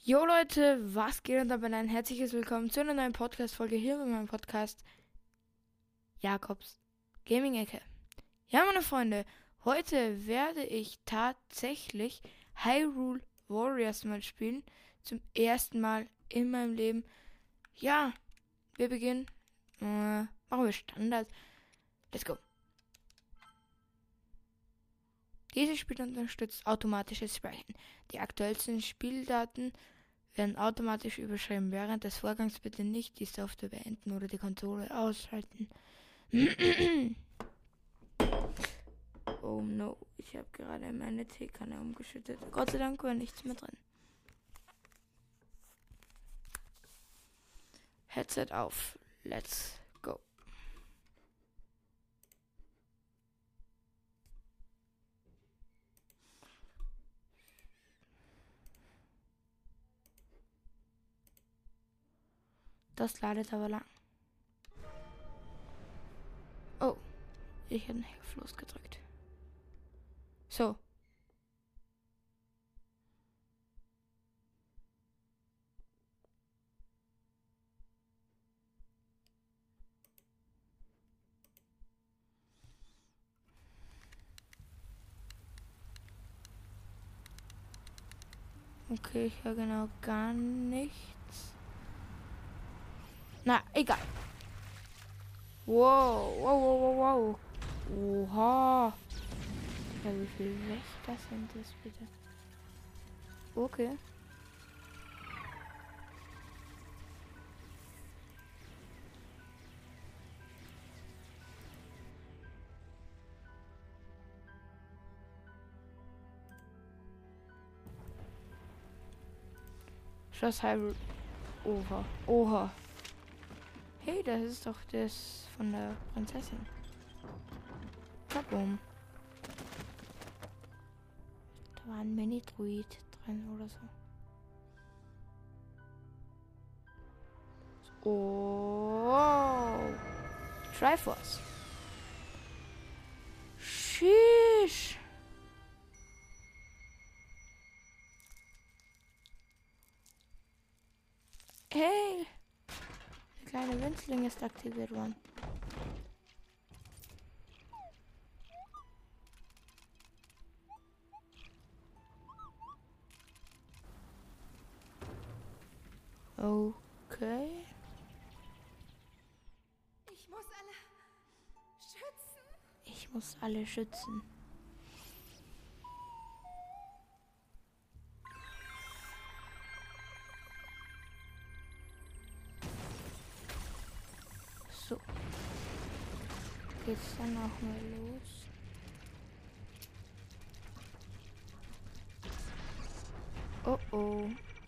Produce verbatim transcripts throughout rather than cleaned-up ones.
Jo Leute, was geht und dabei ein herzliches Willkommen zu einer neuen Podcast-Folge hier mit meinem Podcast Jakobs Gaming-Ecke. Ja, meine Freunde, heute werde ich tatsächlich Hyrule Warriors mal spielen. Zum ersten Mal in meinem Leben. Ja, wir beginnen. Äh, machen wir Standard. Let's go. Dieses Spiel unterstützt automatisches Speichern. Die aktuellsten Spieldaten werden automatisch überschrieben. Während des Vorgangs bitte nicht die Software beenden oder die Konsole ausschalten. Oh no, ich habe gerade meine Teekanne umgeschüttet. Gott sei Dank war nichts mehr drin. Headset auf. Let's go. Das ladet aber lang. Oh, ich habe den F losgedrückt. So. Okay, ich höre genau gar nichts. Na, egal. Wow, wow, wow, wow, wow. Oha. Ja, wie viele Wächter sind das bitte? Okay. Schloss Hyrule. Oha. Oha. Hey, das ist doch das von der Prinzessin. Kabum. Da war ein Mini-Druid drin oder so. Oh. Triforce. Sheesh. Hey. Der kleine Winzling ist aktiviert worden. Okay. Ich muss alle schützen. Ich muss alle schützen. So. Geht's dann auch mal los? Oh oh.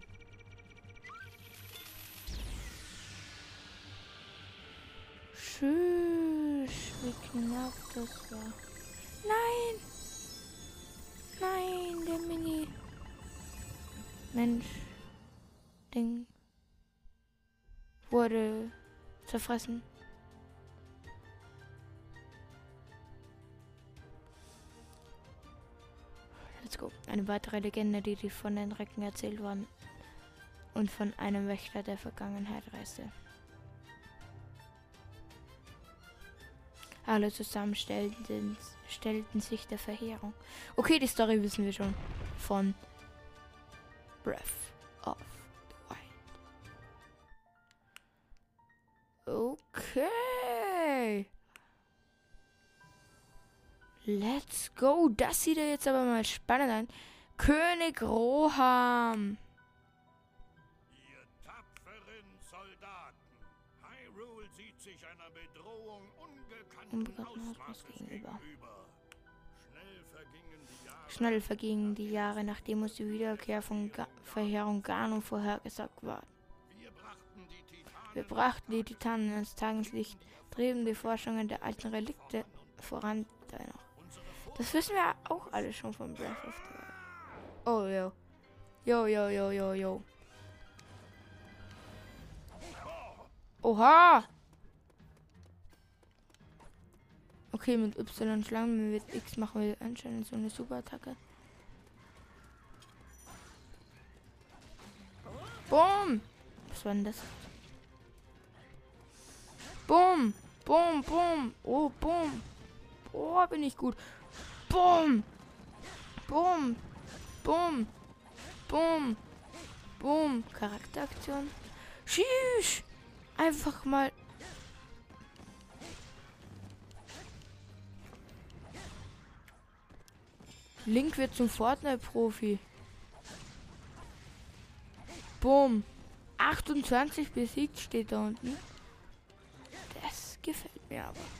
Tschüss, wie knapp das war. Nein! Nein, der Mini. Mensch. Ding. Wurde zerfressen. Let's go. Eine weitere Legende, die, die von den Recken erzählt worden und von einem Wächter der Vergangenheit reiste. Alle zusammen stellten, stellten sich der Verheerung. Okay, die Story wissen wir schon. Von Breath of the Wild. Okay. Let's go. Das sieht ja jetzt aber mal spannend an. König Roham. Ihr tapferen Soldaten, Hyrule sieht sich einer Bedrohung ungekannten Unbekannten Ausmaßes Ausmaß gegenüber. gegenüber. Schnell vergingen die Jahre. Schnell vergingen die Jahre, nachdem uns die Wiederkehr von Ga Verheerung Ganon vorhergesagt war. Wir brachten die Titanen, Wir brachten die Titanen ins Tageslicht, trieben die Forschungen der alten Relikte voran. Dennoch. Das wissen wir auch alle schon von Breath of the Wild. Oh, yo. Yo, yo, yo, yo, yo. Oha! Okay, mit Y Schlangen, mit X machen wir anscheinend so eine Superattacke. Boom. Was war denn das? Boom. Boom, boom. Oh, boom. Oh, bin ich gut. Boom. Boom. Boom. Boom. Boom. Charakteraktion. Tschüss. Einfach mal. Link wird zum Fortnite-Profi. Boom. achtundzwanzig besiegt steht da unten. Das gefällt mir aber.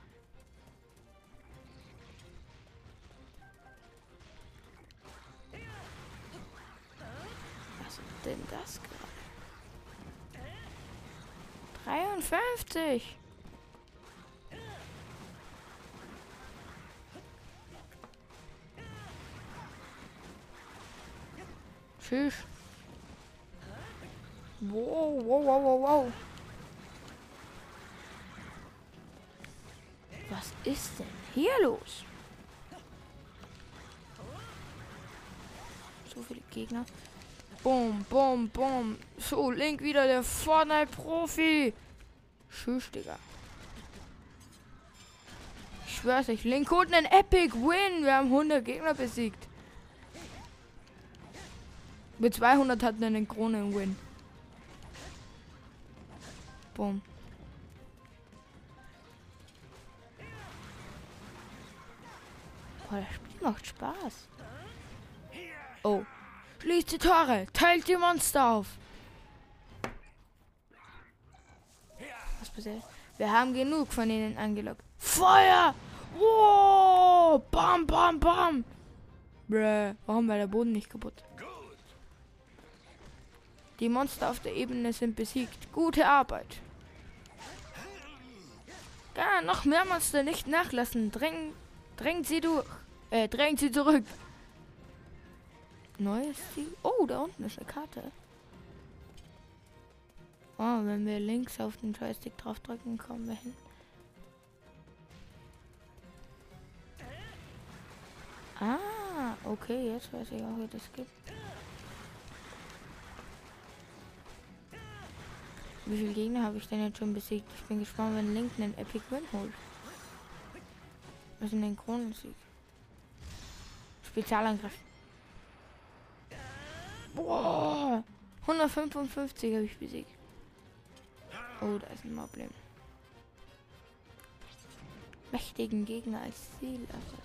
Was ist denn das gerade? dreiundfünfzig. Tschüss. Wow, wow, wow, wow, wow. Was ist denn hier los? So viele Gegner. Bum, bum, bum. So, Link wieder der Fortnite-Profi. Tschüss, Digga. Ich schwör's euch, Link holt einen Epic Win. Wir haben hundert Gegner besiegt. Mit zweihundert hatten wir einen Kronen-Win. Boom. Oh, das Spiel macht Spaß. Oh. Schließt die Tore. Teilt die Monster auf. Was passiert? Wir haben genug von ihnen angelockt. Feuer! Wow! Bam, bam, bam! Bräh. Warum war der Boden nicht kaputt? Die Monster auf der Ebene sind besiegt. Gute Arbeit. Ja, noch mehr Monster, nicht nachlassen. Dräng, drängt sie durch. Äh, drängt sie zurück. Neues Ziel. Oh, da unten ist eine Karte. Oh, wenn wir links auf den Joystick draufdrücken, kommen wir hin. Ah, okay, jetzt weiß ich auch, wie das geht. Wie viele Gegner habe ich denn jetzt schon besiegt? Ich bin gespannt, wenn Link einen Epic Win holt. Also den Kronensieg. Spezialangriff. Boah! hundertfünfundfünfzig habe ich besiegt. Oh, da ist ein Problem. Mächtigen Gegner als Ziel. Also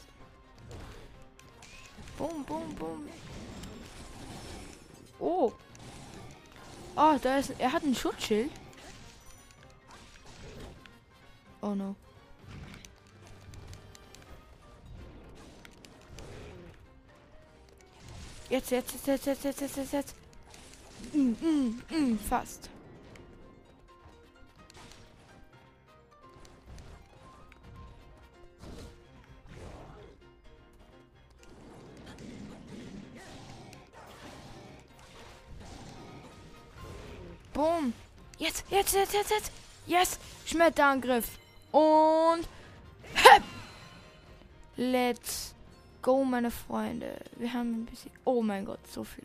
Bum, bum, bum. Oh! Oh, da ist. Er hat ein Schutzschild. Oh no. Jetzt, jetzt, jetzt, jetzt, jetzt, jetzt, jetzt, jetzt, jetzt. Mm, mm, mm, fast. Boom. Jetzt, jetzt, jetzt, jetzt, jetzt. Yes. Schmetterangriff. Und. Hep. Let's go, meine Freunde. Wir haben ein bisschen. Oh mein Gott, so viele.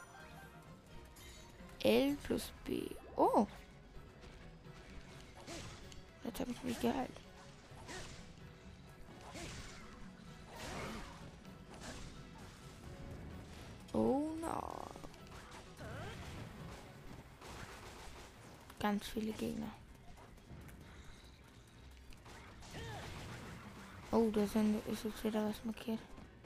L plus B. Oh. Jetzt habe ich mich geheilt. Oh no. Ganz viele Gegner. Oh, da sind, ist jetzt wieder was markiert.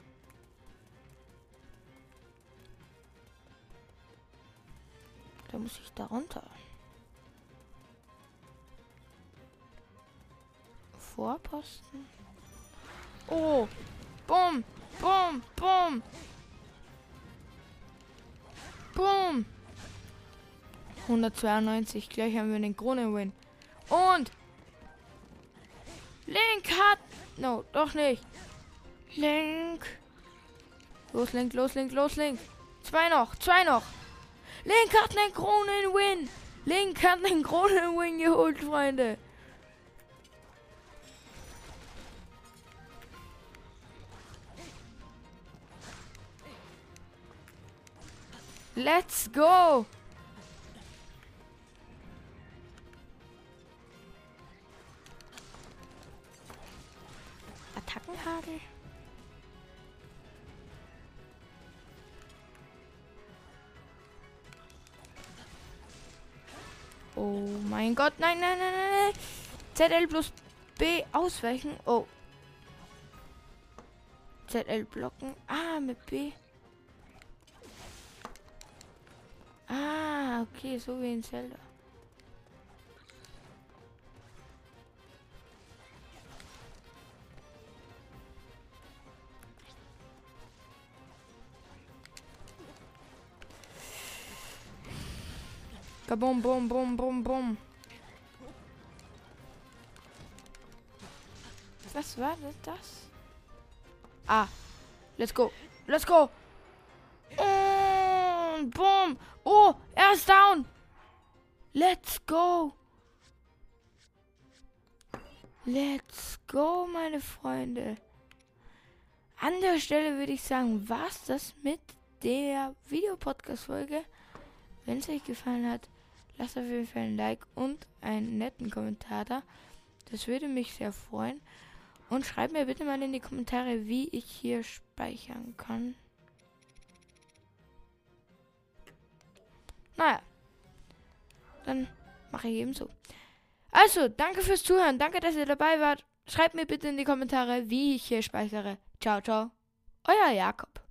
Da muss ich da runter. Vorposten. Oh, bumm, bumm, bumm. Bumm. hundertzweiundneunzig. Gleich haben wir den Kronen-Win. Und Link hat... No, doch nicht. Link. Los, Link, los, Link, los, Link. Zwei noch, zwei noch. Link hat einen Kronen-Win. Link hat einen Kronen-Win geholt, Freunde. Let's go. Schade. Oh mein Gott, nein, nein, nein, nein, nein. Z L plus B ausweichen. Oh. Z L blocken. Ah, mit B. Ah, okay, so wie in Zelda. Kabum, bum, bum, bum, bum. Was war das? das? Ah, let's go. Let's go. Und boom. Oh, er ist down. Let's go. Let's go, meine Freunde. An der Stelle würde ich sagen, war's das mit der Videopodcast-Folge. Wenn es euch gefallen hat, lasst auf jeden Fall ein Like und einen netten Kommentar da. Das würde mich sehr freuen. Und schreibt mir bitte mal in die Kommentare, wie ich hier speichern kann. Naja, dann mache ich eben so. Also, danke fürs Zuhören. Danke, dass ihr dabei wart. Schreibt mir bitte in die Kommentare, wie ich hier speichere. Ciao, ciao. Euer Jakob.